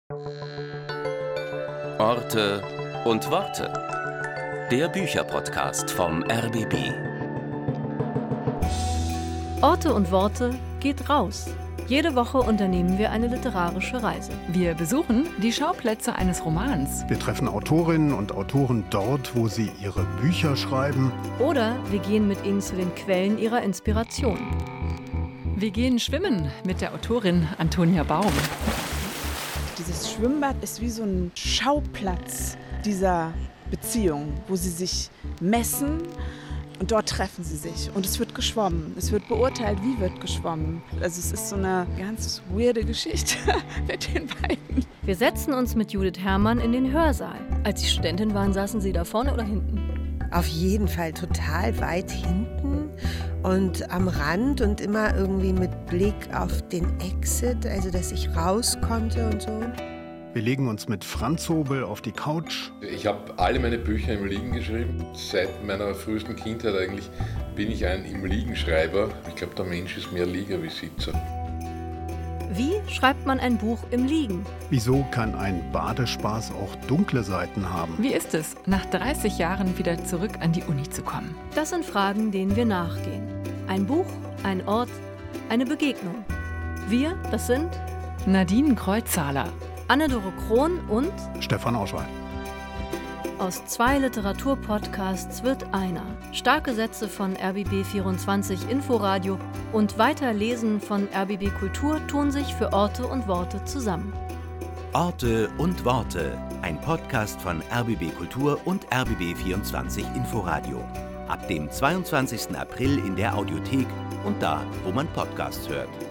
Orte und Worte. Der Bücherpodcast vom RBB. Orte und Worte geht raus. Jede Woche unternehmen wir eine literarische Reise. Wir besuchen die Schauplätze eines Romans. Wir treffen Autorinnen und Autoren dort, wo sie ihre Bücher schreiben. Oder wir gehen mit ihnen zu den Quellen ihrer Inspiration. Wir gehen schwimmen mit der Autorin Antonia Baum. Dieses Schwimmbad ist wie so ein Schauplatz dieser Beziehung, wo sie sich messen und dort treffen sie sich. Und es wird geschwommen. Es wird beurteilt, wie wird geschwommen. Also es ist so eine ganz weirde Geschichte mit den beiden. Wir setzen uns mit Judith Herrmann in den Hörsaal. Als Sie Studentin waren, saßen Sie da vorne oder hinten? Auf jeden Fall total weit hinten und am Rand und immer irgendwie mit Blick auf den Exit, also dass ich raus konnte und so. Wir legen uns mit Franz Hobel auf die Couch. Ich habe alle meine Bücher im Liegen geschrieben. Seit meiner frühesten Kindheit eigentlich bin ich ein im Liegen Schreiber. Ich glaube, der Mensch ist mehr Lieger wie Sitzer. Wie schreibt man ein Buch im Liegen? Wieso kann ein Badespaß auch dunkle Seiten haben? Wie ist es, nach 30 Jahren wieder zurück an die Uni zu kommen? Das sind Fragen, denen wir nachgehen. Ein Buch, ein Ort, eine Begegnung. Wir, das sind Nadine Kreuzhaler, Anne-Dore Krohn und Stefan Auschwald. aus 2 Literaturpodcasts wird einer. Starke Sätze von RBB24 Inforadio und Weiterlesen von RBB Kultur tun sich für Orte und Worte zusammen. Orte und Worte. Ein Podcast von RBB Kultur und RBB24 Inforadio. Ab dem 22. April in der Audiothek und da, wo man Podcasts hört.